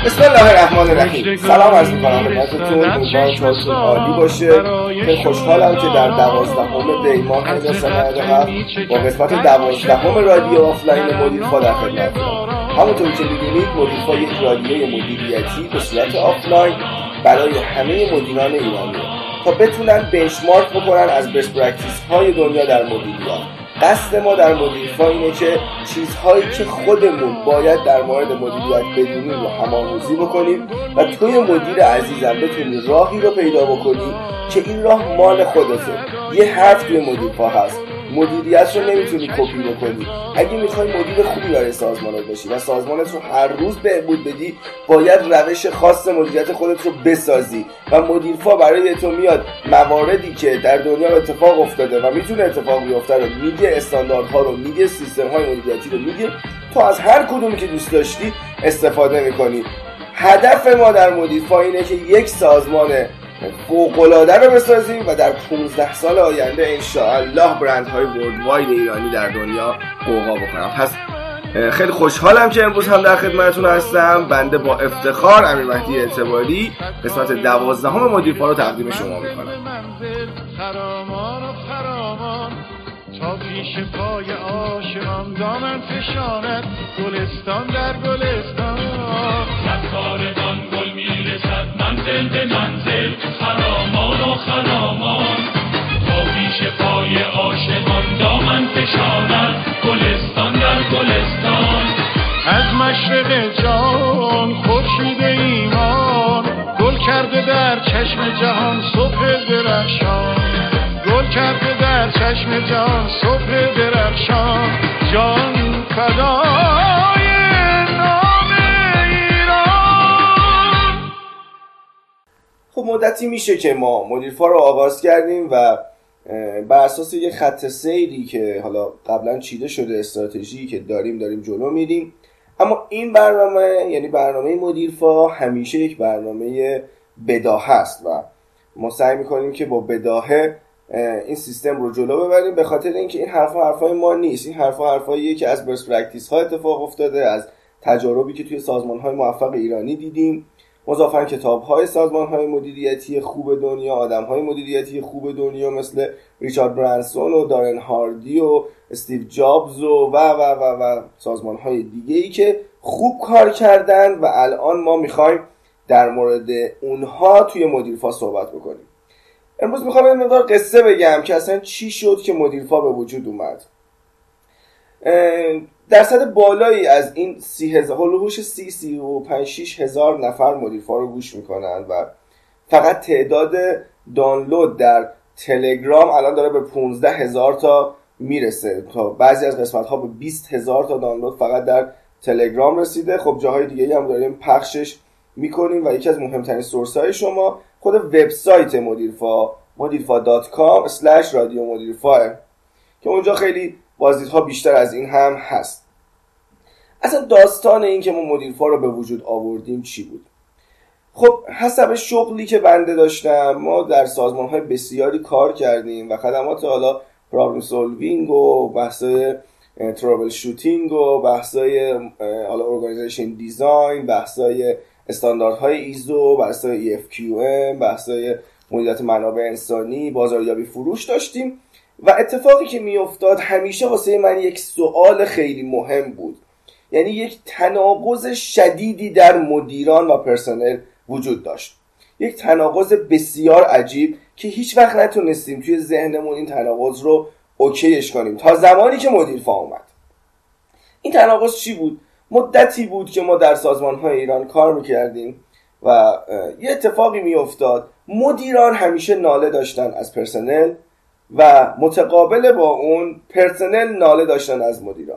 بسم الله الرحمن الرحیم. سلام عرض می‌کنم خدمتتون. امیدوارم حالتون عالی باشه. خیلی خوشحالم که در 12ام دی ماه 1997 با قسمت 12ام رادیو آفلاین مدیرفا در خدمتتونم. همونطور که می‌دونید مدیرفا یک رادیوی مدیریتی به صورت آفلاین برای همه مدیران ایرانیه تا بتونن بنچمارک بکنن از بست پرکتیس های دنیا در مدیریت. قصد ما در مدیرفا اینه که چیزهایی که خودمون باید در مورد مدیریت بدونیم رو هم‌آموزی بکنیم و توی مدیر عزیزم بتونی راهی رو پیدا بکنی که این راه مال خودته. یه حرف توی مدیرفا هست: مدیریت رو نمیتونی کپی بکنی. اگه میخوای مدیر خوبی برای سازمانت باشی و سازمانت رو هر روز بهبود بدی، باید روش خاص مدیریت خودت رو بسازی و مدیرفا برای تو میاد مواردی که در دنیا اتفاق افتاده و میتونه اتفاق بیفته رو میگه، استانداردها رو میگه، سیستم‌های مدیریتی رو میگه، تو از هر کدومی که دوست داشتی استفاده میکنی. هدف ما در مدیرفا اینه که یک سازمان فوق‌العاده رو بسازیم و در 15 سال آینده انشاءالله برندهای ورلدواید ایرانی در دنیا قوقا بکنم. پس خیلی خوشحالم که امروز هم در خدمتتون هستم. بنده با افتخار امیر مهدی اعتباری قسمت 12ام مدیرفا رو تقدیم شما میکنم. تا پیش پای آشمان دامن فشاند گلستان در گلستان، ستارگان گل میرسد منزل به منزل، خرامان و خرامان. تا پیش پای آشمان دامن فشاند گلستان در گلستان، از مشرق جان خورشید ایمان گل کرده در چشم جهان صبح درخشان، گل کرده در چشم جان صبح درخشان، جان فدای نام ایران. خب مدتی میشه که ما مدیرفا رو آغاز کردیم و بر اساس یک خط سیری که حالا قبلا چیده شده، استراتژی که داریم جلو میریم. اما این برنامه، یعنی برنامه مدیرفا، همیشه یک برنامه بداهه است و ما سعی میکنیم که با بداهه این سیستم رو جلو ببریم، به خاطر اینکه این حرفای ما نیست. این حرفاییه که از بست پرکتیس ها اتفاق افتاده، از تجاربی که توی سازمان های موفق ایرانی دیدیم، مضافاً کتاب های سازمان های مدیریتی خوب دنیا، آدم های مدیریتی خوب دنیا مثل ریچارد برانسون و دارن هاردی و استیو جابز و سازمان های دیگه ای که خوب کار کردن و الان ما میخوایم در مورد اونها توی مدیرفا صحبت بکنیم. امروز میخوام یه مقدار قصه بگم که اصلا چی شد که مدیرفا به وجود اومد. درصد بالایی از این 35-36 هزار نفر مدیرفا رو گوش میکنن و فقط تعداد دانلود در تلگرام الان داره به 15,000 تا میرسه. تا بعضی از قسمت ها به 20,000 تا دانلود فقط در تلگرام رسیده. خب جاهای دیگه هم داریم پخشش میکنیم و یکی از مهمترین سورس های شما خود وبسایت مدیرفا modiffa.com/رادیو مدیرفا که اونجا خیلی بازدیدها بیشتر از این هم هست. اصلا داستان این که ما مدیرفا رو به وجود آوردیم چی بود؟ خب حسب شغلی که بنده داشتم، ما در سازمان‌های بسیاری کار کردیم و خدمات حالا پرابلم سولوینگ و بحث‌های ترابل شوتینگ و بحث‌های حالا ارگانیزیشن دیزاین، بحث‌های استانداردهای ایزو، بحث‌های EFQM، بحث‌های مدیریت منابع انسانی، بازاریابی، فروش داشتیم و اتفاقی که میافتاد همیشه واسه من یک سوال خیلی مهم بود. یعنی یک تناقض شدیدی در مدیران و پرسنل وجود داشت، یک تناقض بسیار عجیب که هیچ وقت نتونستیم توی ذهنمون این تناقض رو اوکیش کنیم تا زمانی که مدیرفا اومد. این تناقض چی بود؟ مدتی بود که ما در سازمان‌های ایران کار میکردیم و یه اتفاقی میافتاد. مدیران همیشه ناله داشتن از پرسنل و متقابل با اون پرسنل ناله داشتن از مدیران.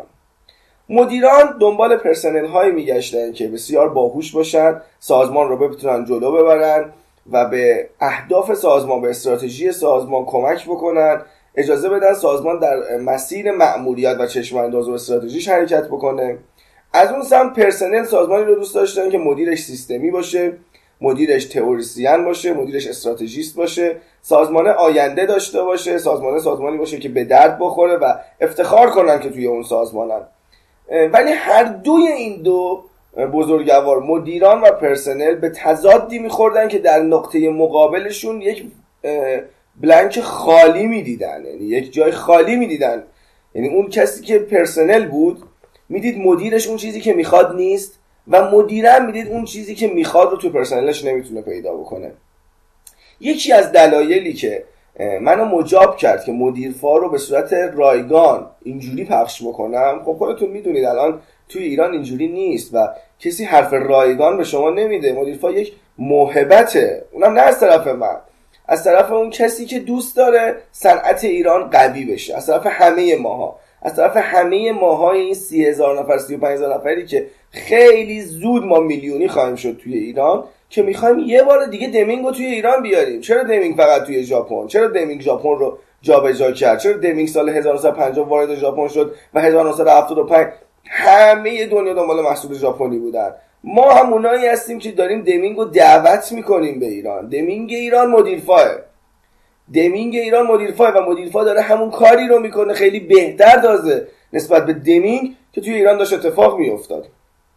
مدیران دنبال پرسنل هایی میگشتن که بسیار باهوش باشن، سازمان رو بتونن جلو ببرن و به اهداف سازمان، به استراتژی سازمان کمک بکنن، اجازه بدن سازمان در مسیر مأموریت و چشم‌انداز و استراتژیش حرکت بکنه. از اون سمت پرسنل سازمانی رو دوست داشتن که مدیرش سیستمی باشه، مدیرش تئوریسین باشه، مدیرش استراتژیست باشه، سازمان آینده داشته باشه، سازمانی باشه که به درد بخوره و افتخار کنن که توی اون سازمانن. ولی هر دوی این دو بزرگوار، مدیران و پرسنل به تضادی میخوردن که در نقطه مقابلشون یک بلنک خالی میدیدن، یعنی یک جای خالی میدیدن. یعنی اون کسی که پرسنل بود میدید مدیرش اون چیزی که میخواد نیست و مدیرم میدید اون چیزی که میخواد رو تو پرسنلش نمیتونه پیدا بکنه. یکی از دلایلی که منو مجاب کرد که مدیرفا رو به صورت رایگان اینجوری پخش بکنم، خب خودتون میدونید الان توی ایران اینجوری نیست و کسی حرف رایگان به شما نمیده. مدیرفا یک موهبته، اونم نه از طرف من، از طرف اون کسی که دوست داره صنعت ایران قوی بشه، از طرف همه ماها، از طرف همه ماهای این 30,000 نفر 35,000 نفری که خیلی زود ما میلیونی خواهیم شد توی ایران، که میخوایم یه بار دیگه دمینگ رو توی ایران بیاریم. چرا دمینگ فقط توی ژاپن؟ چرا دمینگ ژاپن رو جابجا کرد؟ چرا دمینگ سال 1950 وارد ژاپن شد و 1975 همه دنیا دنبال محصول ژاپنی بودن؟ ما هم اونایی هستیم که داریم دمینگ رو دعوت میکنیم به ایران. دمینگ ایران مدیرفاه، دمینگ ایران مدیرفاه و مدیرفا داره همون کاری رو میکنه خیلی بهتر دازه نسبت به دمینگ که توی ایران داشت اتفاق میافتاد.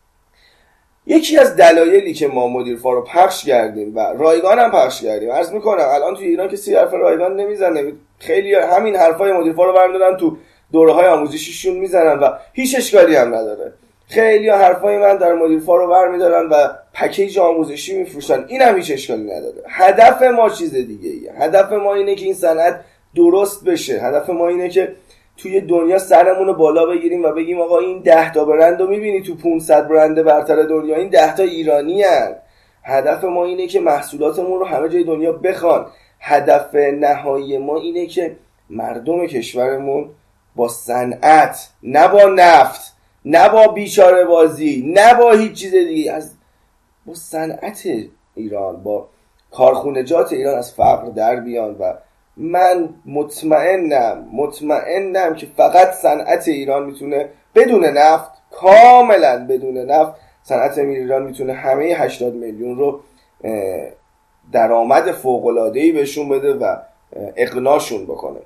یکی از دلایلی که ما مدیرفا رو پخش کردیم و رایگان هم پخش کردیم، عرض میکنم الان توی ایران کسی حرف رایگان نمیزنه، خیلی همین حرفای مدیرفا رو برمی‌دارن تو دوره‌های آموزشیشون میزنن و هیچ اشکالی هم نداره. خیلی حرفای من در مدیرفا رو برمی‌دارن و پکیج آموزشی میفروشن، اینم هیچ اشکالی نداره. هدف ما چیز دیگه ایه. هدف ما اینه که این صنعت درست بشه. هدف ما اینه که توی دنیا سرمون رو بالا بگیریم و بگیم آقا این 10 تا برند رو میبینی تو 500 برند برتر دنیا، این 10 تا ایرانی هن. هدف ما اینه که محصولاتمون رو همه جای دنیا بخوان. هدف نهایی ما اینه که مردم کشورمون با صنعت، نه با نفت، نه با بیچاره بازی، نه با هیچ چیز دیگه، با صنعت ایران، با کارخونجات ایران از فقر در بیان. و من مطمئنم که فقط صنعت ایران میتونه بدون نفت، کاملا بدون نفت، صنعت ایران میتونه همه 80 میلیون رو درآمد فوق‌العاده‌ای بهشون بده و اقناعشون بکنه.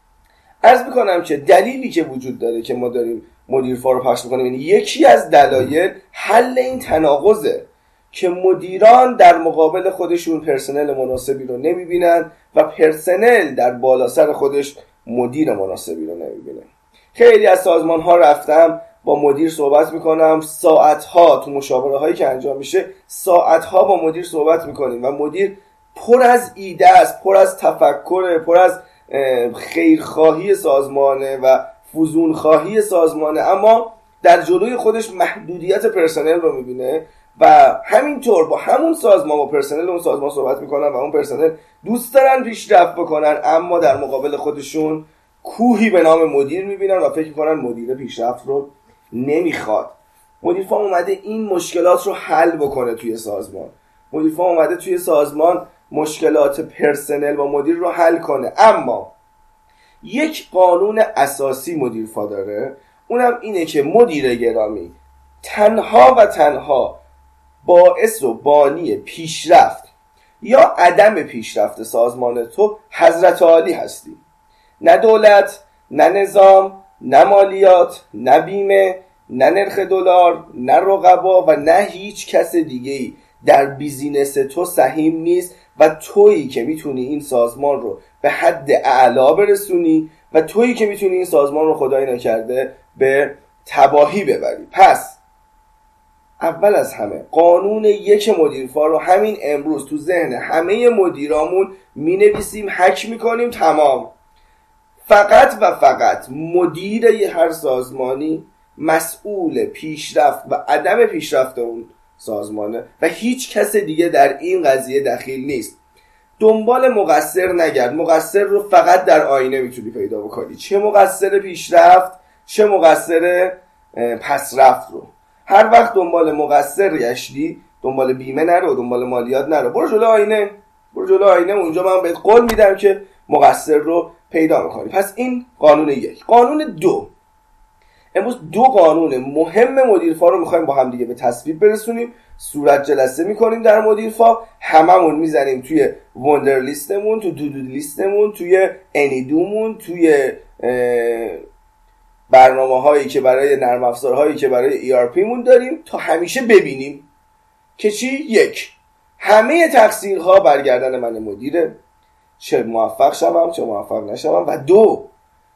عرض میکنم که دلیلی که وجود داره که ما داریم مدیرفا رو پخش میکنیم، یعنی یکی از دلایل حل این تناقضه که مدیران در مقابل خودشون پرسنل مناسبی رو نمیبینن و پرسنل در بالا سر خودش مدیر مناسبی رو نمیبینه. خیلی از سازمان ها رفتم با مدیر صحبت میکنم، ساعتها تو مشاوره هایی که انجام میشه ساعتها با مدیر صحبت میکنیم و مدیر پر از ایده است، پر از تفکر، پر از خیرخواهی سازمانه و فزونخواهی سازمانه، اما در جلوی خودش محدودیت پرسنل رو میبینه و همینطور با همون سازمان، با پرسنل اون سازمان صحبت میکنن و اون پرسنل دوست دارن پیشرفت بکنن، اما در مقابل خودشون کوهی به نام مدیر میبینن و فکر میکنن مدیر پیشرفت رو نمیخواد. مدیرفا اومده این مشکلات رو حل بکنه توی سازمان. مدیرفا اومده توی سازمان مشکلات پرسنل با مدیر رو حل کنه. اما یک قانون اساسی مدیرفا داره، اونم اینه که مدیر گرامی، تنها و تنها باعث و بانی پیشرفت یا عدم پیشرفت سازمان تو حضرت عالی هستی. نه دولت، نه نظام، نه مالیات، نه بیمه، نه نرخ دلار، نه رقبا و نه هیچ کس دیگه‌ای در بیزینس تو سهیم نیست و تویی که میتونی این سازمان رو به حد اعلا برسونی و تویی که میتونی این سازمان رو خدای نکرده به تباهی ببری. پس اول از همه قانون یک مدیرفا رو همین امروز تو ذهن همه مدیرامون مینویسیم، حک میکنیم، تمام. فقط و فقط مدیر هر سازمانی مسئول پیشرفت و عدم پیشرفت اون سازمانه و هیچ کس دیگه در این قضیه دخیل نیست. دنبال مقصر نگرد. مقصر رو فقط در آینه میتونی پیدا بکنی، چه مقصر پیشرفت چه مقصر پسرفت رو. هر وقت دنبال مقصر گشتی، دنبال بیمه نرو، دنبال مالیات نرو، برو جلو آینه، برو جلو آینه، اونجا من بهت قول میدم که مقصر رو پیدا میکنی. پس این قانون یک. قانون دو، امروز دو قانون مهم مدیرفا رو میخوایم با هم دیگه به تصویب برسونیم. صورت جلسه میکنیم در مدیرفا، هممون میزنیم توی وندر لیستمون، تو دودو لیستمون، توی انیدومون، توی برنامه‌هایی که برای نرم افزارهایی که برای ERP مون داریم تا همیشه ببینیم که چی؟ یک، همه تقصیرها برگردن من مدیره، چه موفق شوم چه موفق نشوم. و دو،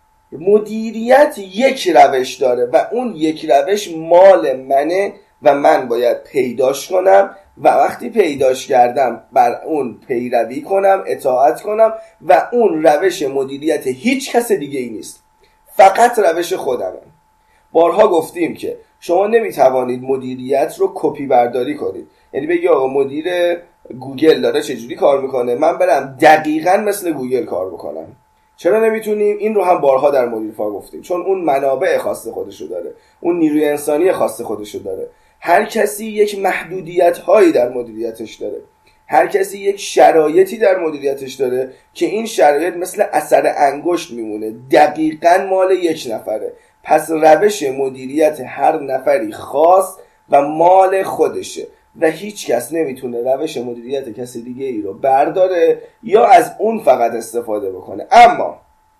مدیریت یک روش داره و اون یک روش مال منه و من باید پیداش کنم و وقتی پیداش کردم بر اون پیروی کنم، اطاعت کنم و اون روش مدیریت هیچ کس دیگه ای نیست، فقط روش خودمه. بارها گفتیم که شما نمیتوانید مدیریت رو کپی برداری کنید، یعنی بگی آقا مدیر گوگل داره چجوری کار میکنه من برم دقیقاً مثل گوگل کار بکنم. چرا نمیتونیم؟ این رو هم بارها در مدیرفا گفتیم، چون اون منابع خاص خودشو داره، اون نیروی انسانی خاص خودشو داره. هر کسی یک محدودیت هایی در مدیریتش داره، هر کسی یک شرایطی در مدیریتش داره که این شرایط مثل اثر انگشت میمونه، دقیقاً مال یک نفره. پس روش مدیریت هر نفری خاص و مال خودشه و هیچ کس نمیتونه روش مدیریت کسی دیگه ای رو برداره یا از اون فقط استفاده بکنه. اما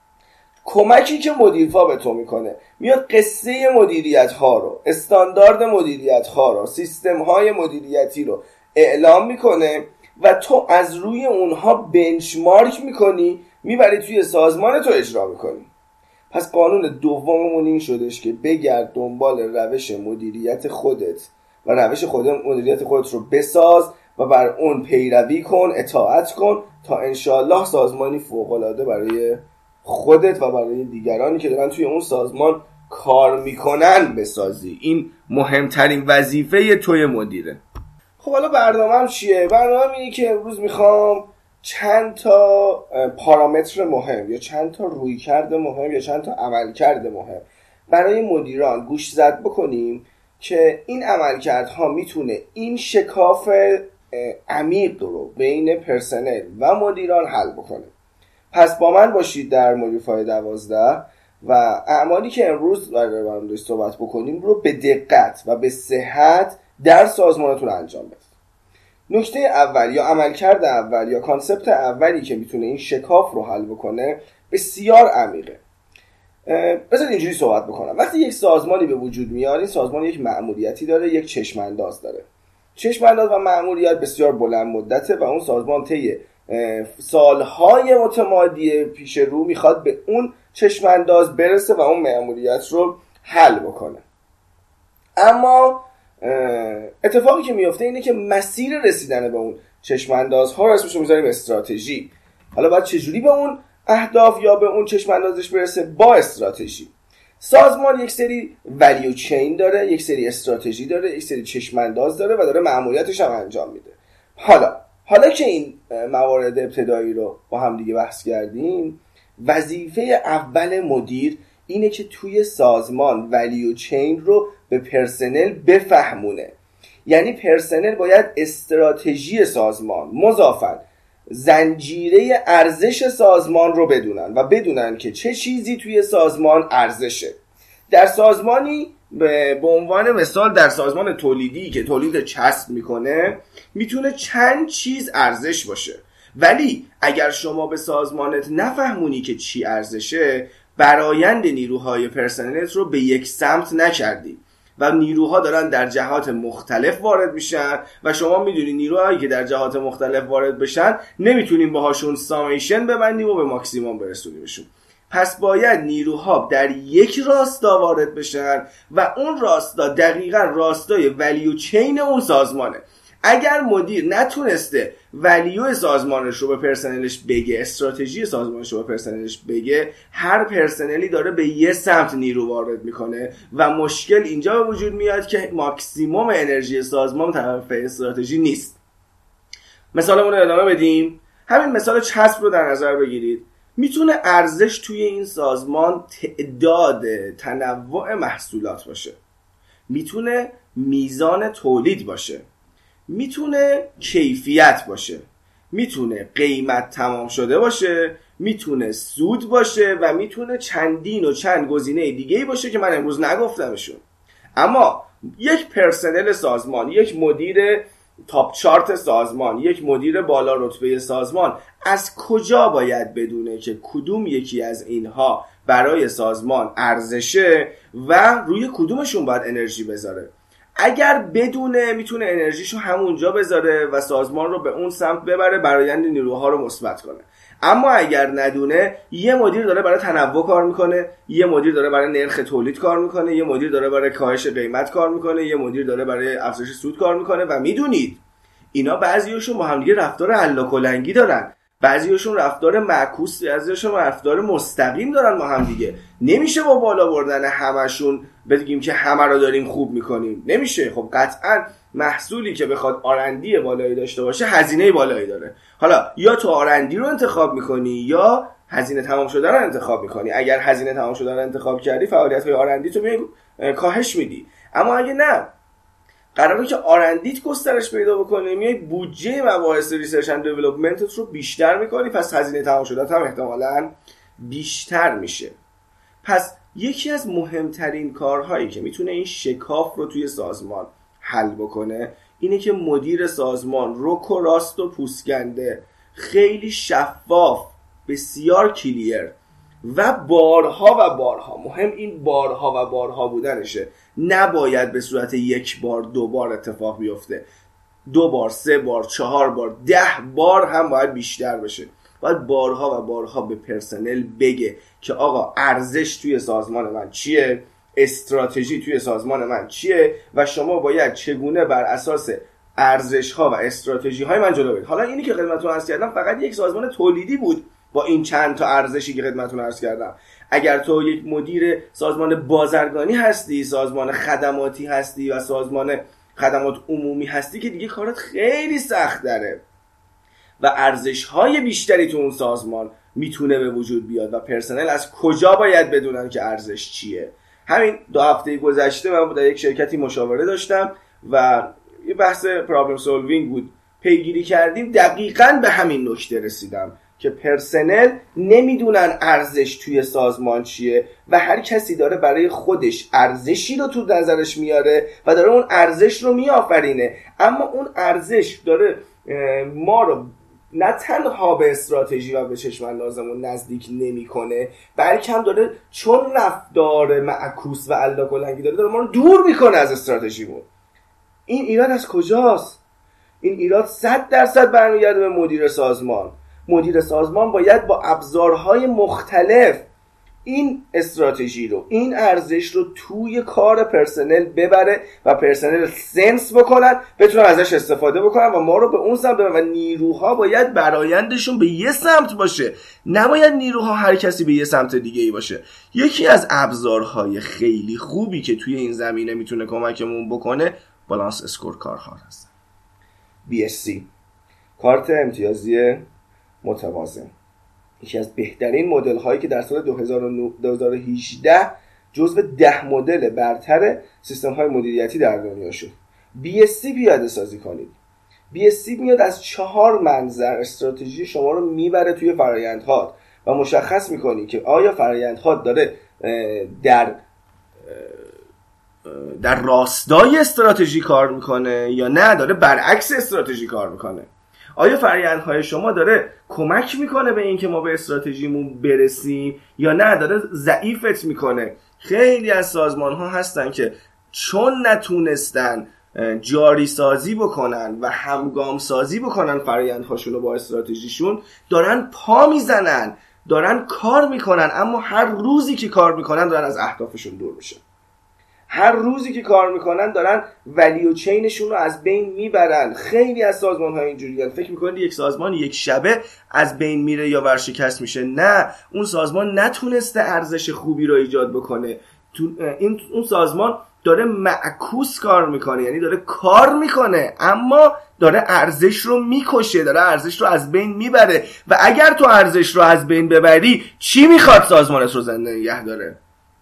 کمکی که مدیرفا به تو میکنه، میاد قصه مدیریت ها رو، استاندارد مدیریت ها رو، سیستم های مدیریتی رو اعلام میکنه و تو از روی اونها بنچمارک میکنی، میبری توی سازمان تو اجرا میکنی. پس قانون دوممون این شدش که بگرد دنبال روش مدیریت خودت و روش مدیریت خودت رو بساز و بر اون پیروی کن، اطاعت کن تا انشالله سازمانی فوق‌العاده برای خودت و برای دیگرانی که دارن توی اون سازمان کار میکنن بسازی. این مهمترین وظیفه توی مدیره. خب حالا برنامه‌ام چیه؟ برنامه‌م اینه که امروز میخوام چند تا پارامتر مهم یا چند تا رویکرد مهم یا چند تا عملکرد مهم برای مدیران گوش زد بکنیم که این عملکردها میتونه این شکاف عمیق رو بین پرسنل و مدیران حل بکنه. پس با من باشید در مدیرفای 12 و اعمالی که امروز برای صحبت بکنیم رو به دقت و به صحت در سازمانتون انجام بدید. نکته اول یا عملکرد اول یا کانسپت اولی که میتونه این شکاف رو حل بکنه بسیار عمیقه. بذارید اینجوری صحبت بکنم. وقتی یک سازمانی به وجود میاد، این سازمان یک مأموریتی داره، یک چشم‌انداز داره. چشم‌انداز و مأموریت بسیار بلند مدته و اون سازمان طی سالهای متمادی پیش رو میخواد به اون چشم‌انداز برسه و اون مأموریت رو حل بکنه. اما اتفاقی که میفته اینه که مسیر رسیدن به اون چشم‌اندازها رو اسمش رو میذاریم استراتژی. حالا باید چجوری به اون اهداف یا به اون چشم‌اندازش برسه؟ با استراتژی. سازمان یک سری ولیو چین داره، یک سری استراتژی داره، یک سری چشم‌انداز داره و داره مأموریتش هم انجام میده. حالا که این موارد ابتدایی رو با هم دیگه بحث کردیم، وظیفه اول مدیر اینه که توی سازمان ولیو چین رو به پرسنل بفهمونه. یعنی پرسنل باید استراتژی سازمان مضافاً زنجیره ارزش سازمان رو بدونن و بدونن که چه چیزی توی سازمان ارزشه. در سازمانی به عنوان مثال در سازمان تولیدی که تولید چسب میکنه میتونه چند چیز ارزش باشه، ولی اگر شما به سازمانت نفهمونی که چی ارزشه، برآیند نیروهای پرسنلت رو به یک سمت نکردی و نیروها دارن در جهات مختلف وارد میشن و شما میدونی نیروهایی که در جهات مختلف وارد بشن نمیتونیم باهاشون سامیشن ببندیم و به ماکسیموم برسونیمشون. پس باید نیروها در یک راستا وارد بشن و اون راستا دقیقاً راستای ولیو چین اون سازمانه. اگر مدیر نتونسته ولیو سازمانش رو به پرسنلش بگه، استراتژی سازمانش رو به پرسنلش بگه، هر پرسنلی داره به یه سمت نیرو وارد میکنه و مشکل اینجا به وجود میاد که ماکسیموم انرژی سازمان طرف استراتژی نیست. مثالمون رو ادامه بدیم. همین مثال چسب رو در نظر بگیرید. میتونه ارزش توی این سازمان تعداد تنوع محصولات باشه، میتونه میزان تولید باشه، میتونه کیفیت باشه، میتونه قیمت تمام شده باشه، میتونه سود باشه و میتونه چندین و چند گزینه دیگه‌ای باشه که من امروز نگفتمشون. اما یک پرسنل سازمان، یک مدیر تاپ چارت سازمان، یک مدیر بالا رتبه سازمان از کجا باید بدونه که کدوم یکی از اینها برای سازمان ارزشه و روی کدومشون باید انرژی بذاره؟ اگر بدونه میتونه انرژیشو همونجا بذاره و سازمان رو به اون سمت ببره، برآیند نیروها رو مثبت کنه. اما اگر ندونه، یه مدیر داره برای تنوع کار میکنه، یه مدیر داره برای نرخ تولید کار میکنه، یه مدیر داره برای کاهش قیمت کار میکنه، یه مدیر داره برای افزایش سود کار میکنه و میدونید اینا بعضیاشون با هم دیگه رفتار الاکلنگی دارن، بعضیاشون رفتار معکوس، بعضیاشون رفتار مستقیم دارن با هم دیگه. نمیشه با بالا بردن همشون بگیم که همه رو داریم خوب میکنیم، نمیشه. خب قطعا محصولی که بخواد آرندی بالایی داشته باشه هزینه بالایی داره. حالا یا تو آرندی رو انتخاب میکنی یا هزینه تمام شده رو انتخاب میکنی. اگر هزینه تمام شده رو انتخاب کردی، فعالیت‌های آرندی تو میای کاهش میدی. اما اگه نه، قراره که آرندیت گسترش پیدا بکنه، میای بودجه مباحث ریسرچ اند دیولپمنتت رو بیشتر میکنی، پس هزینه تمام شده هم احتمالاً بیشتر میشه. پس یکی از مهمترین کارهایی که میتونه این شکاف رو توی سازمان حل بکنه اینه که مدیر سازمان رک و راست و پوسکنده، خیلی شفاف، بسیار کلیر و بارها و بارها، مهم این بارها و بارها بودنشه، نباید به صورت یک بار دو بار اتفاق بیفته، 2 بار 3 بار 4 بار 10 بار هم باید بیشتر بشه. باید بارها و بارها به پرسنل بگه که آقا ارزش توی سازمان من چیه، استراتژی توی سازمان من چیه و شما باید چگونه بر اساس ارزش ها و استراتژی های من جلو برید. حالا اینی که خدمتتون عرض کردم فقط یک سازمان تولیدی بود با این چند تا ارزشی که خدمتتون عرض کردم. اگر تو یک مدیر سازمان بازرگانی هستی، سازمان خدماتی هستی و سازمان خدمات عمومی هستی که دیگه کارت خیلی سخت داره و ارزش‌های بیشتری تو اون سازمان میتونه به وجود بیاد و پرسنل از کجا باید بدونن که ارزش چیه. همین 2 هفته گذشته من در یک شرکتی مشاوره داشتم و یه بحث پرابلم سولوینگ بود، پیگیری کردیم، دقیقاً به همین نکته رسیدم که پرسنل نمیدونن ارزش توی سازمان چیه و هر کسی داره برای خودش ارزشی رو تو نظرش میاره و داره اون ارزش رو میآفرینه، اما اون ارزش داره ما رو نه تنها به استراتژی و به چشم اندازمون نزدیک نمیکنه، بلکه هم داره چون رفتار معکوس و الاکلنگی داره ما رو دور میکنه از استراتژیمون. این ایراد از کجاست؟ این ایراد 100% برمیگرده به مدیر سازمان. مدیر سازمان باید با ابزارهای مختلف این استراتژی رو، این ارزش رو توی کار پرسنل ببره و پرسنل سنس بکنن، بتونن ازش استفاده بکنن و ما رو به اون سمت ببرن. و نیروها باید برآیندشون به یه سمت باشه، نباید نیروها هر کسی به یه سمت دیگه ای باشه. یکی از ابزارهای خیلی خوبی که توی این زمینه میتونه کمکمون بکنه بالانس اسکور کارها هست. BSC، کارت امتیازی متوازن، یکی از بهترین مدل هایی که در سال 2018 جزو 10 مدل برتر سیستم های مدیریتی در دنیا شد. BSC پیاده سازی کنید. BSC میاد از 4 منظر استراتژی شما رو میبره توی فرآیندها و مشخص میکنی که آیا فرآیندها داره در راستای استراتژی کار میکنه یا نه داره برعکس استراتژی کار میکنه. آیا فرآیندهای شما داره کمک میکنه به این که ما به استراتژیمون برسیم یا نه داره ضعیفت میکنه. خیلی از سازمان ها هستن که چون نتونستن جاری سازی بکنن و همگام سازی بکنن فرآیندهاشون رو با استراتژیشون، دارن پا میزنن، دارن کار میکنن، اما هر روزی که کار میکنن دارن از اهدافشون دور میشن. هر روزی که کار میکنن دارن ولیو چینشون رو از بین میبرن. خیلی از سازمان ها اینجوریه، فکر میکنید یک سازمان یک شبه از بین میره یا ورشکست میشه. نه، اون سازمان نتونسته ارزش خوبی رو ایجاد بکنه. اون سازمان داره معکوس کار میکنه، یعنی داره کار میکنه اما داره ارزش رو میکشه، داره ارزش رو از بین میبره. و اگر تو ارزش رو از بین ببری، چی میخواد سازمانت رو زنده نگه داره؟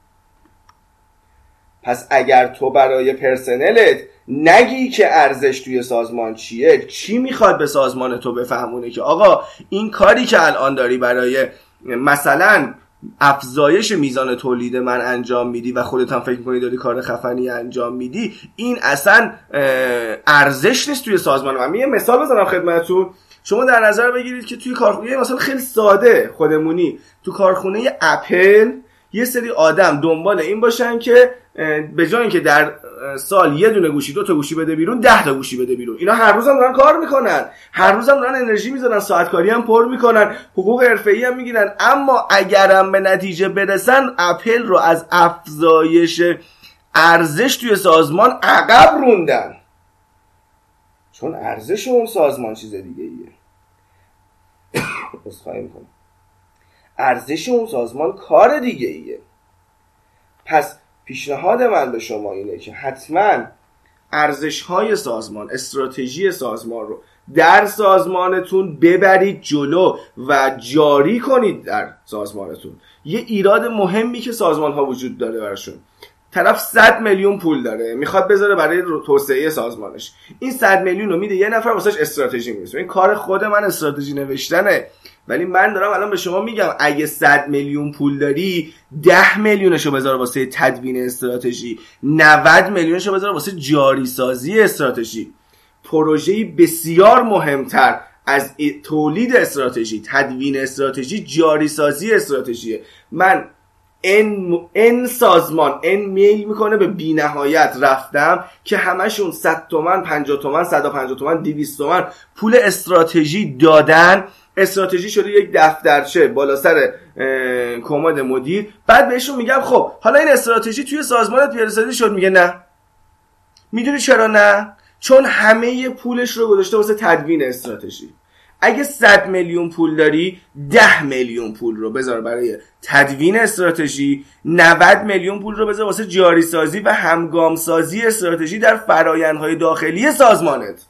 پس اگر تو برای پرسنلت نگی که ارزش توی سازمان چیه، چی میخواد به سازمان تو بفهمونه که آقا این کاری که الان داری برای مثلا افزایش میزان تولید من انجام میدی و خودت هم فکر میکنی داری کار خفنی انجام میدی، این اصلا ارزش نیست توی سازمان. من یه مثال بزنم خدمتتون. شما در نظر بگیرید که توی کارخونه، مثلا خیلی ساده خودمونی، تو کارخونه اپل یه سری آدم دنبال این باشن که به جای اینکه در سال یه دونه گوشی 2 تا گوشی بده بیرون، 10 تا گوشی بده بیرون. اینا هر روزم دارن کار میکنن، هر روزم دارن انرژی میذارن، ساعت کاری هم پر میکنن، حقوق حرفه‌ای هم میگیرن، اما اگرم به نتیجه برسن اپل رو از افزایش ارزش توی سازمان عقب روندن، چون ارزش اون سازمان چیز دیگه ایه. بسخواهی میکنم، ارزش اون سازمان کار دیگه ایه. پس پیشنهاد من به شما اینه که حتما ارزش‌های سازمان، استراتژی سازمان رو در سازمانتون ببرید جلو و جاری کنید در سازمانتون. یه ایراد مهمی که سازمان‌ها وجود داره براشون، طرف 100 میلیون پول داره میخواد بذاره برای توسعه سازمانش، این 100 میلیون رو میده یه نفر واسش استراتژی می‌نویسه. این کار خود من استراتژی نوشتنه، ولی من دارم الان به شما میگم اگه 100 میلیون پول داری، 10 میلیونشو بذار واسه تدوین استراتژی، 90 میلیونشو بذار واسه جاری سازی استراتژی. پروژه‌ای بسیار مهمتر از تولید استراتژی، تدوین استراتژی، جاری سازی استراتژیه. من این سازمان میل میکنه به بی نهایت رفتم که همشون 100 تومن، 50 تومن، 150 تومن، 200 تومن پول استراتژی دادن. استراتژی شده یک دفترچه بالا سر کمد مدیر. بعد بهشون میگم خب حالا این استراتژی توی سازمانت پیاده‌سازی شد. میگه نه. میدونی چرا نه؟ چون همه پولش رو گذاشته واسه تدوین استراتژی. اگه 100 میلیون پول داری، 10 میلیون پول رو بذار برای تدوین استراتژی، 90 میلیون پول رو بذار واسه جاری سازی و همگام سازی استراتژی در فرآیندهای داخلی سازمانت.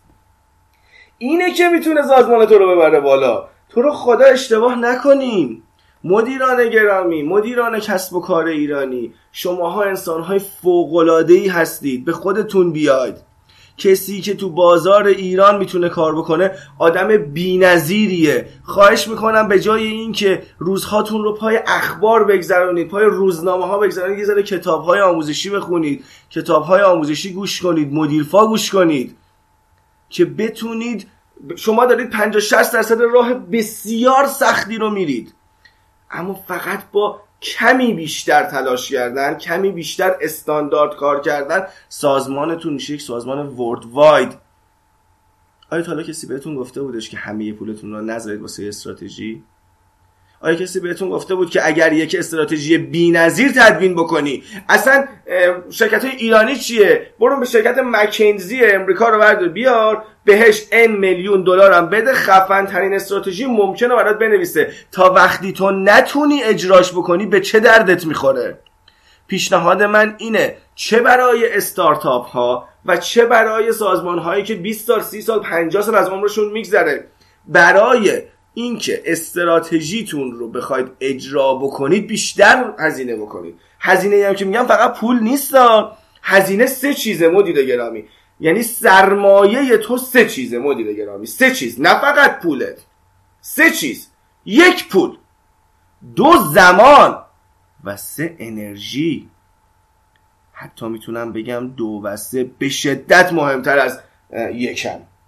اینه که میتونه سازمان تو رو ببره بالا. تو رو خدا اشتباه نکنیم. مدیران گرامی، مدیران کسب و کار ایرانی، شماها انسانهای فوق‌العاده‌ای هستید. به خودتون بیاید. کسی که تو بازار ایران میتونه کار بکنه آدم بی‌نظیریه. خواهش میکنم به جای این که روزهاتون رو پای اخبار بگذرونید، پای روزنامه ها بگذرونید، یه ذره کتاب‌های آموزشی بخونید، کتاب‌های آموزشی گوش کنید، مدیرفا گوش کنید که بتونید. شما دارید 50-60% راه بسیار سختی رو میرید، اما فقط با کمی بیشتر تلاش کردن، کمی بیشتر استاندارد کار کردن، سازمانتون میشه یک سازمان ورلد واید. آیا حالا کسی بهتون گفته بودش که همه پولتون رو نذارید واسه استراتژی؟ آیا کسی بهتون گفته بود که اگر یک استراتژی بی‌نظیر تدوین بکنی، اصلا شرکت‌های ایرانی چیه؟ برو به شرکت مکنزی امریکا رو بردار بیار، بهش N میلیون دلار هم بده، خفن ترین استراتژی ممکنه برات بنویسه. تا وقتی تو نتونی اجراش بکنی به چه دردت میخوره؟ پیشنهاد من اینه، چه برای استارتاپ ها و چه برای سازمان هایی که 20 سال 30 سال 50 سال از عمرشون میگذره، برای اینکه استراتژیتون رو بخواید اجرا بکنید بیشتر هزینه بکنید. هزینه هم که میگم فقط پول نیست، هزینه 3 چیزه مدیر گرامی. یعنی سرمایه تو 3 چیزه مدیر گرامی، 3 چیز، نه فقط پولت. 3 چیز: 1 پول، 2 زمان و 3 انرژی. حتی میتونم بگم 2 و 3 به شدت مهمتر از 1.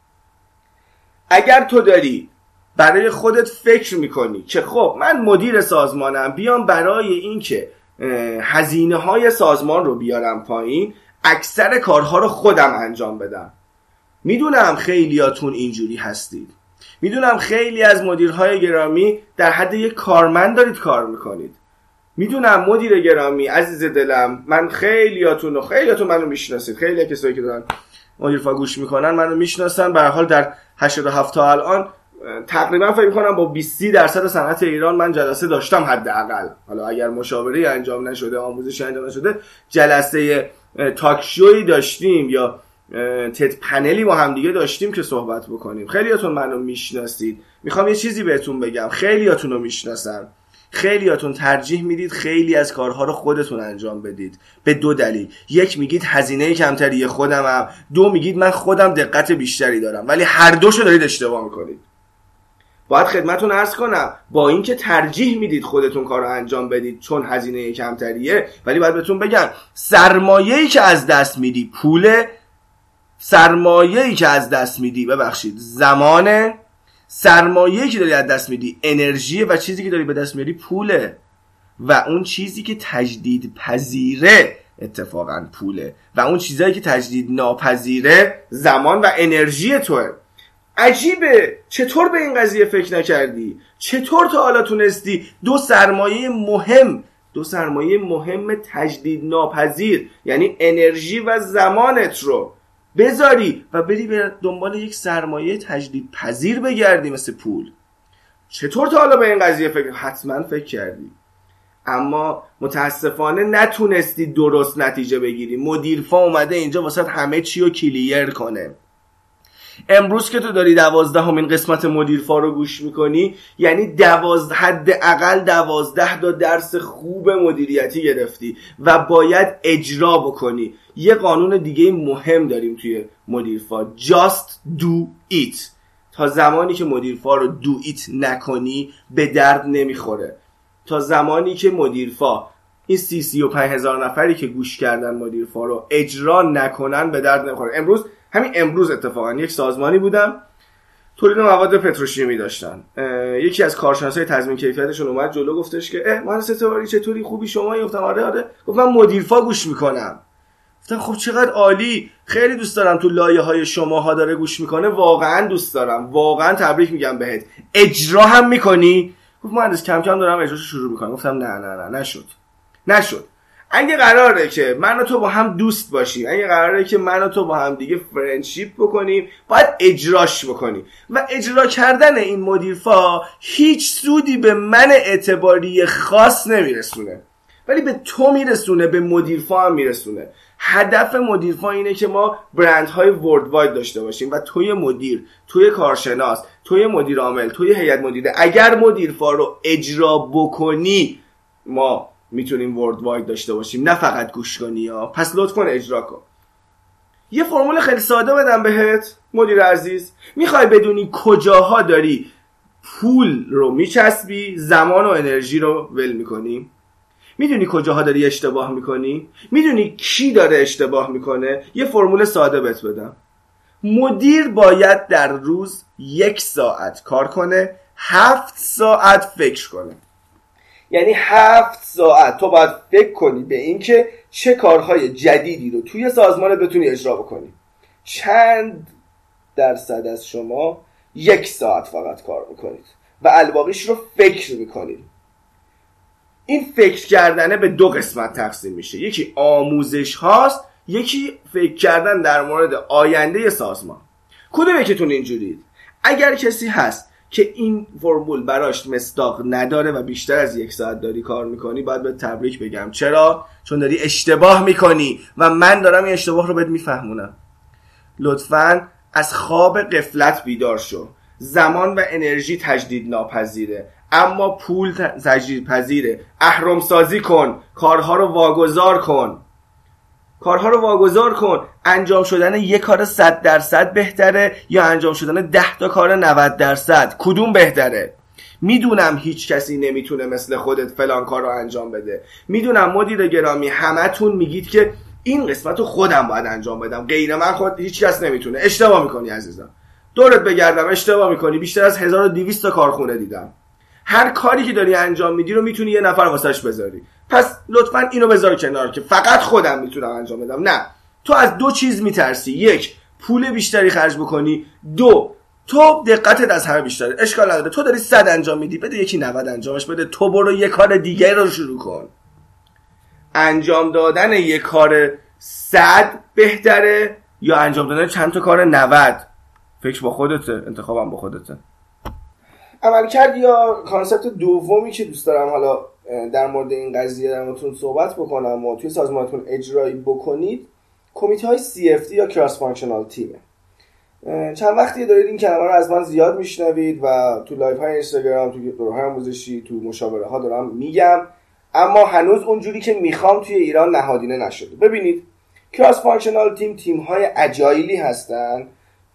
اگر تو داری برای خودت فکر میکنی که خب من مدیر سازمانم، بیام برای این که هزینه های سازمان رو بیارم پایین، اکثر کارها رو خودم انجام بدم. میدونم خیلیاتون اینجوری هستید. میدونم خیلی از مدیرهای گرامی در حد یک کارمند دارید کار میکنید. میدونم مدیر گرامی عزیز دلم، من خیلیاتون منو میشناسید. خیلی کسایی که دارن مدیرفا گوش میکنن منو میشناسن. به هر حال در 87 تا الان تقریبا فکر میکنم با 20% صنعت ایران من جلسه داشتم حداقل. حالا اگر مشاوره انجام نشده، آموزشی انجام نشده، جلسه تاک شوی داشتیم یا تد پنلی با هم دیگه داشتیم که صحبت بکنیم. خیلیاتون منو میشناسید. میخوام یه چیزی بهتون بگم، خیلیاتون رو میشناسم. خیلیاتون ترجیح میدید خیلی از کارها رو خودتون انجام بدید به 2 دلیل. 1 میگید هزینه کمتری خودمم، 2 میگید من خودم دقت بیشتری دارم. ولی هر دوشو دارید اشتباه میکنید. باید خدمتتون عرض کنم با اینکه ترجیح میدید خودتون کارو انجام بدید چون هزینه کمتریه، ولی باید بهتون بگم سرمایه‌ای که از دست میدی پوله، سرمایه‌ای که از دست میدی زمانه، سرمایه‌ای که داری از دست میدی انرژی و چیزی که داری به دست میاری پوله و اون چیزی که تجدید پذیره اتفاقا پوله و اون چیزایی که تجدید ناپذیره زمان و انرژی توه. عجیبه چطور به این قضیه فکر نکردی؟ چطور تا حالا تونستی دو سرمایه مهم تجدید ناپذیر یعنی انرژی و زمانت رو بذاری و بری به دنبال یک سرمایه تجدید پذیر بگردی مثل پول؟ چطور تا حالا به این قضیه حتما فکر کردی، اما متاسفانه نتونستی درست نتیجه بگیری. مدیرفا اومده اینجا واسه همه چی رو کلیر کنه. امروز که تو داری 12مین قسمت مدیرفا رو گوش میکنی یعنی حداقل 12 تا درس خوب مدیریتی گرفتی و باید اجرا بکنی. یه قانون دیگه مهم داریم توی مدیرفا، just do it. تا زمانی که مدیرفا رو do it نکنی به درد نمیخوره. تا زمانی که مدیرفا این 35,000 نفری که گوش کردن مدیرفا رو اجرا نکنن به درد نمیخوره. امروز اتفاقا یک سازمانی بودم تولید مواد پتروشیمی داشتن. یکی از کارشناسای تضمین کیفیتشون اومد جلو گفتش که مهندس اعتباری چطوری، خوبی شما؟ گفتم آره. گفت من مدیرفا گوش میکنم. گفتم خب چقدر عالی، خیلی دوست دارم تو لایه‌های شماها داره گوش میکنه، واقعا دوست دارم، واقعا تبریک میگم بهت. اجرا هم میکنی؟ گفت مهندس کم کم دارم اجراشو شروع میکنم. گفتم نه نشد. اگه قراره که من و تو با هم دوست باشیم، اگه قراره که من و تو با هم دیگه فرندشیپ بکنیم، باید اجراش بکنیم و اجرا کردن این مدیرفا هیچ سودی به من اعتباری خاص نمیرسونه، ولی به تو میرسونه، به مدیرفا هم میرسونه. هدف مدیرفا اینه که ما برندهای وردواید داشته باشیم و توی مدیر، توی کارشناس، توی مدیر عامل، توی هیئت مدیره اگر مدیرفا رو اجرا بکنی ما میتونیم وردواید داشته باشیم، نه فقط گوش کنی ها. پس لطف کن اجرا کن. یه فرمول خیلی ساده بدم بهت مدیر عزیز. میخوای بدونی کجاها داری پول رو میچسبی، زمان و انرژی رو ول میکنی؟ میدونی کجاها داری اشتباه میکنی؟ میدونی کی داره اشتباه میکنه؟ یه فرمول ساده بهت بدم. مدیر باید در روز 1 ساعت کار کنه، 7 ساعت فکر کنه. یعنی 7 ساعت تو باید فکر کنی به این که چه کارهای جدیدی رو توی سازمانت بتونی اجرا بکنی. چند درصد از شما 1 ساعت فقط کار میکنید و الباقیش رو فکر میکنید. این فکر کردنه به 2 قسمت تقسیم میشه. یکی آموزش هاست، یکی فکر کردن در مورد آینده سازمان. کدوم یکیتون اینجورید؟ اگر کسی هست که این فرمول براش مصداق نداره و بیشتر از 1 ساعت داری کار میکنی، باید بهت تبریک بگم. چرا؟ چون داری اشتباه میکنی و من دارم این اشتباه رو بهت میفهمونم. لطفاً از خواب غفلت بیدار شو. زمان و انرژی تجدید ناپذیره، اما پول تجدید پذیره. اهرم سازی کن، کارها رو واگذار کن. انجام شدن یک کار 100% بهتره یا انجام شدن 10 تا کار 90%؟ کدوم بهتره؟ میدونم هیچ کسی نمیتونه مثل خودت فلان کار رو انجام بده. میدونم مدیر گرامی همتون میگید که این قسمت رو خودم باید انجام بدم، غیر من هیچ کس نمیتونه. اشتباه میکنی عزیزم، دورت بگردم اشتباه میکنی. بیشتر از 1200 تا کارخونه دیدم. هر کاری که داری انجام میدی رو میتونی یه نفر واسش بذاری. پس لطفاً اینو بذار کنار که فقط خودم میتونم انجام بدم. نه، تو از 2 چیز میترسی. 1 پول بیشتری خرج بکنی، 2 تو دقتت از همه بیشتره. اشکال نداره، تو داری 100 انجام میدی، بده یکی 90 انجامش بده. تو برو یه کار دیگه رو شروع کن. انجام دادن یه کار 100 بهتره یا انجام دادن چند تا کار 90؟ فکر با خودته، انتخابم با خودته. عملکرد یا کانسپت دومی که دوست دارم حالا در مورد این قضیه در موردتون صحبت بکنم و توی سازمانتون اجرایی بکنید، کمیته های CFT یا کراس فانکشنال تیمه. چند وقتی دارید این کلمه رو از من زیاد میشنوید و تو لایو های اینستاگرام، تو دوره‌های آموزشی، تو مشاوره ها دارم میگم، اما هنوز اونجوری که میخوام توی ایران نهادینه نشده. ببینید، کراس فانکشنال تیم های اجایلی هستن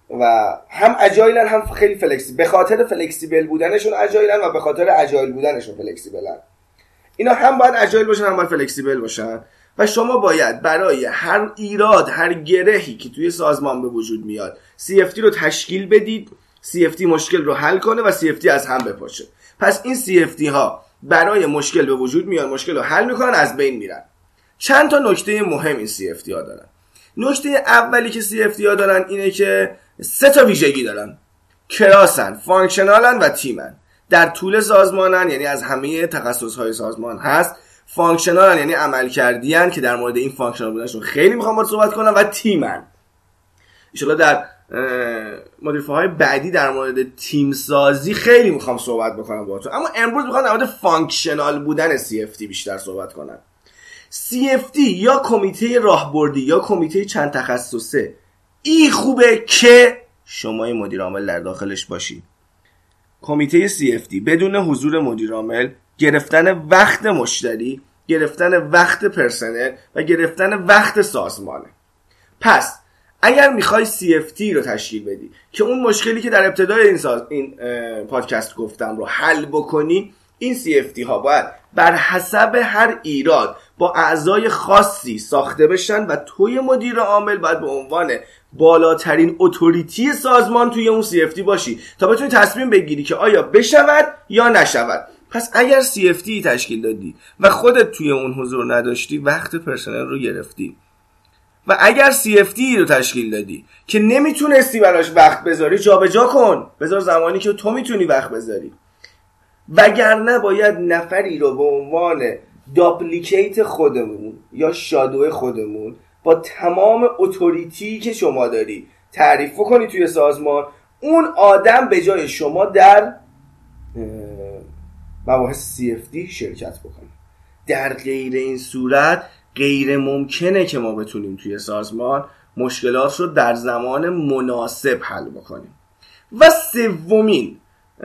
و هم اجایلن هم خیلی فلکسیبل. به خاطر فلکسیبل بودنشون اجایلن و به خاطر اجایل بودنشون فلکسیبلن. اینا هم باید اجایل باشن هم باید فلکسیبل باشن و شما باید برای هر ایراد، هر گرهی که توی سازمان به وجود میاد CFT رو تشکیل بدید، CFT مشکل رو حل کنه و CFT از هم بپاشه. پس این CFT ها برای مشکل به وجود میاد، مشکل رو حل میکنن، از بین میرن. چند تا نکته مهم این CFT ها دارن. نکته اولی که CFT ها دارن اینه که 3 تا ویژگی دارن: کراسن، فانکشنالن و تیمن. در طول سازمانن، یعنی از همه تخصصهای سازمان هست. فانکشنالن یعنی عملکردیان که در مورد این فانکشنال بودنشون خیلی میخوام باید صحبت کنم، و تیمن. ان شاءالله در مدیرفاهای بعدی در مورد تیم سازی خیلی میخوام صحبت بکنم باهاتون، اما امروز میخوام در مورد فانکشنال بودن CFT بیشتر صحبت کنم. CFT یا کمیته راهبردی یا کمیته چند تخصصه، این خوبه که شما مدیر عامل در داخلش باشید. کمیته CFT بدون حضور مدیر عامل، گرفتن وقت مشتری، گرفتن وقت پرسنل و گرفتن وقت سازمانه. پس اگر میخوای CFT رو تشکیل بدی که اون مشکلی که در ابتدای این پادکست گفتم رو حل بکنی، این CFT ها باید بر حسب هر ایراد با اعضای خاصی ساخته بشن و توی مدیر عامل باید به عنوان بالاترین اتوریتی سازمان توی اون CFT باشی تا بتونی تصمیم بگیری که آیا بشود یا نشود. پس اگر CFT تشکیل دادی و خودت توی اون حضور نداشتی، وقت پرسنل رو گرفتی. و اگر CFT رو تشکیل دادی که نمیتونستی براش وقت بذاری، جابجا کن، بذار زمانی که تو میتونی وقت بذاری. وگرنه باید نفری رو به عنوان داپلیکیت خودمون یا شادو خودمون با تمام اتوریتی که شما داری تعریف کنی توی سازمان. اون آدم به جای شما در مباحث CFT شرکت بکنه. در غیر این صورت غیر ممکنه که ما بتونیم توی سازمان مشکلات رو در زمان مناسب حل بکنیم. و سومین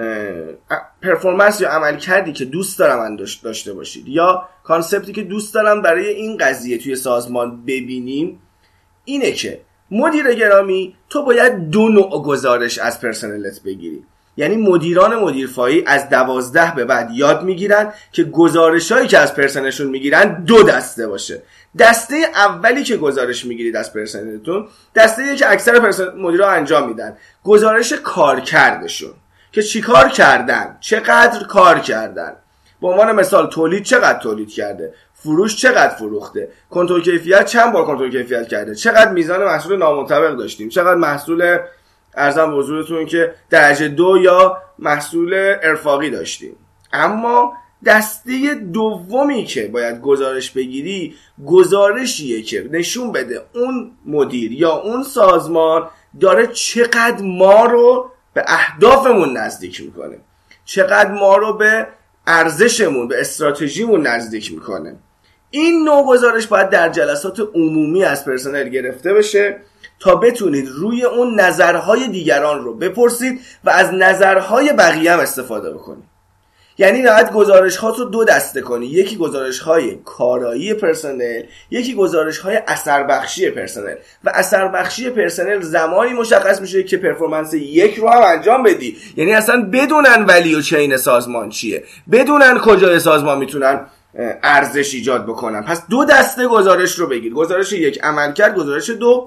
پرفورمنس یا عمل کردی که دوست دارم من داشته باشید یا کانسپتی که دوست دارم برای این قضیه توی سازمان ببینیم اینه که مدیر گرامی، تو باید 2 نوع گزارش از پرسنلت بگیری. یعنی مدیران مدیرفایی از 12 به بعد یاد میگیرن که گزارشایی که از پرسنلشون میگیرن 2 دسته باشه. دسته اولی که گزارش میگیرید از پرسنلتون، دسته که اکثر مدیرها انجام میدن، گزارش کارکردشون که چی کار کردن، چقدر کار کردن. به عنوان مثال تولید چقدر تولید کرده، فروش چقدر فروخته، کنترل کیفیت چند بار کنترل کیفیت کرده، چقدر میزان محصول نامطابق داشتیم، چقدر محصول ارزم به حضورتون که درجه 2 یا محصول ارفاقی داشتیم. اما دسته دومی که باید گزارش بگیری، گزارشیه که نشون بده اون مدیر یا اون سازمان داره چقدر ما رو به اهدافمون نزدیک میکنه، چقدر ما رو به ارزشمون، به استراتژیمون نزدیک میکنه. این نوع گزارش باید در جلسات عمومی از پرسنل گرفته بشه تا بتونید روی اون نظرهای دیگران رو بپرسید و از نظرهای بقیه هم استفاده بکنید. یعنی باید گزارش‌هات رو 2 دسته کنی، یکی گزارش‌های کارایی پرسنل، یکی گزارش‌های اثربخشی پرسنل. و اثربخشی پرسنل زمانی مشخص میشه که پرفورمنس 1 رو هم انجام بدی، یعنی اصلا بدونن ولی و چین سازمان چیه، بدونن کجای سازمان میتونن ارزش ایجاد بکنن. پس 2 دسته گزارش رو بگیر، گزارش 1 عملکرد، گزارش 2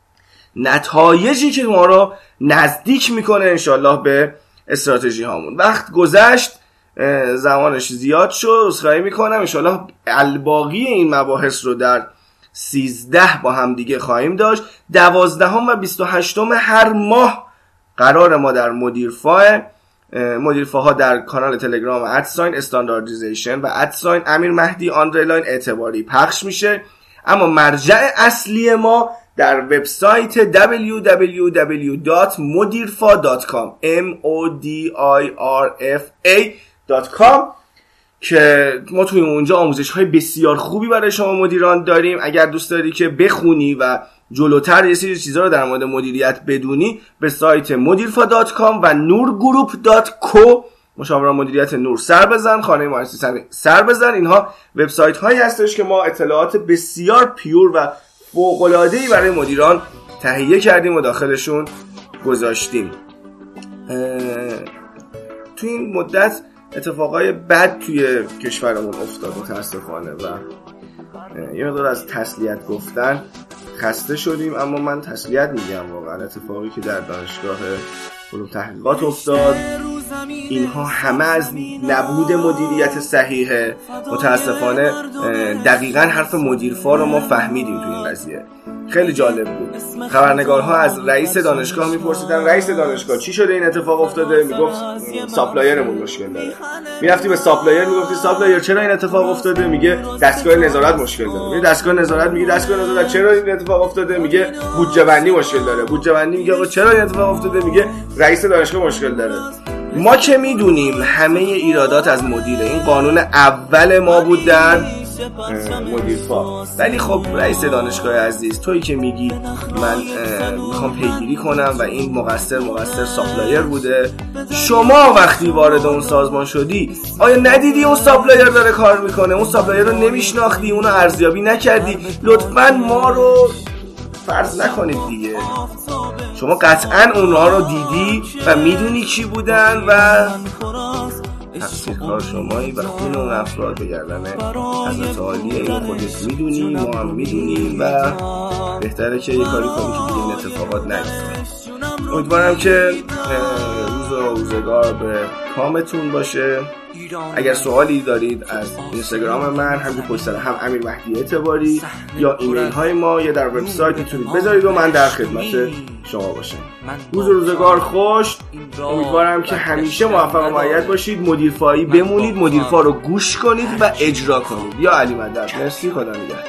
نتایجی که ما رو نزدیک میکنه انشالله به استراتژی هامون. وقت گذشت، زمانش زیاد شد، عذرخواهی میکنم. انشالله الباقی این مباحث رو در 13 با هم دیگه خواهیم داشت. 12 و 28 هر ماه قرار ما در مدیرفاها در کانال تلگرام @استانداردیزیشن و @امیرمهدی آندرلاین اعتباری پخش میشه. اما مرجع اصلی ما در وبسایت www.modirfa.com modirfa.com که ما توی اونجا آموزش‌های بسیار خوبی برای شما مدیران داریم. اگر دوست داری که بخونی و جلوتر یه سری چیزا رو در مورد مدیریت بدونی، به سایت modirfa.com و nurgroup.co مشاوران مدیریت نور سر بزن، خانه مهندسی سر بزن. اینها وبسایت هایی هستش که ما اطلاعات بسیار پیور و فوق‌العاده‌ای برای مدیران تهیه کردیم و داخلشون گذاشتیم. توی این مدت اتفاقای بد توی کشورمون افتاد متاسفانه و یه مقدار از تسلیت گفتن خسته شدیم، اما من تسلیت میگم. واقعا اتفاقی که در دانشگاه علوم تحقیقات افتاد اینها همه از نبود مدیریت صحیحه. متاسفانه دقیقاً حرف مدیرفا رو ما فهمیدیم تو این قضیه. خیلی جالب بود. خبرنگارها از رئیس دانشگاه میپرسیدن رئیس دانشگاه چی شده این اتفاق افتاده؟ میگفت ساپلایرمون مشکل داره. میرفتی به ساپلایر میگفتی ساپلایر چرا این اتفاق افتاده؟ میگه دستگاه نظارت مشکل داره. میگه دستگاه نظارت، میگه دستگاه نظارت چرا این اتفاق افتاده؟ میگه بودجه بندی مشکل داره. بودجه بندی میگه آقا چرا این اتفاق افتاده؟ میگه رئیس دانشگاه مشکل داره. ما که میدونیم همه ایرادات از مدیره. این قانون اول ما بود در مدیرفا. ولی خب رئیس دانشگاه عزیز، تویی که میگی من میخوام پیگیری کنم و این مقصر ساپلایر بوده، شما وقتی وارد اون سازمان شدی آیا ندیدی اون ساپلایر داره کار میکنه؟ اون ساپلایر رو نمیشناختی؟ اونو ارزیابی نکردی؟ لطفاً ما رو فرض نکنید دیگه. شما قطعاً اونها رو دیدی و میدونی کی بودن و تقصیر کار شمایی و خون اون افراد به گردن حضرت عالیه. اینو خودت میدونی، ما هم میدونیم و بهتره که یه کاری کنی که دیگه این اتفاقات نیفته. امیدوارم که روز و روزگار به کامتون باشه. اگر سوالی دارید از اینستاگرام من هم پشت سر هم امیر مهدی اعتباری یا ایمیل های ما یا در وبسایت میتونید بذارید و من در خدمت شما باشم. روز و روزگار خوش. امیدوارم که همیشه موفق و مؤید باشید. مدیرفایی بمونید، مدیرفا رو گوش کنید و اجرا کنید. یا علی مدد. مرسی، خدا نگهدار.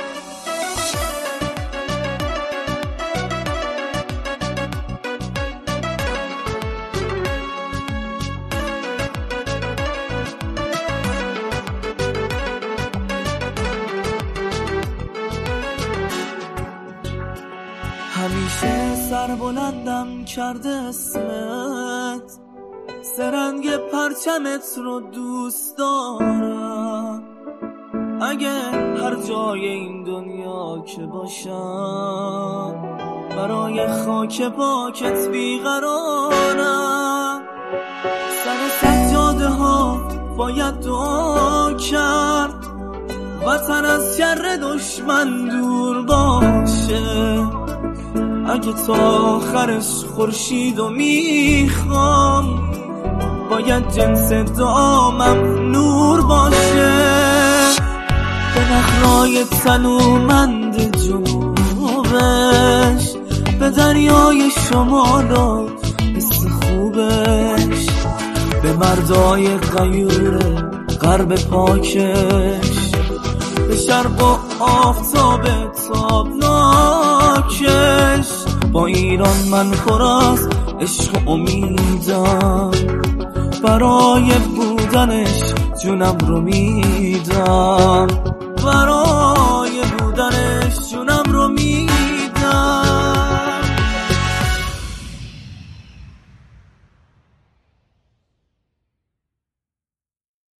همیشه سر بلندم کرده اسمت، سرنگ پرچمت رو دوست دارم. اگه هر جای این دنیا که باشم برای خاک پاکت بیقرارم. سر سجاده ها باید دعا کرد، وطن از شر دشمن دور باشه. اگه تا آخرش خورشیدو میخوام باید جنس دامم نور باشه. به نخلای تنومند جنوبش، به دریای شمال و حس خوبش، به مردای غیور غرب پاکش، به شرق و آفتاب تابناکش. با ایران من پر از عشق و امیدم، برای بودنش جونم رو میدم. برای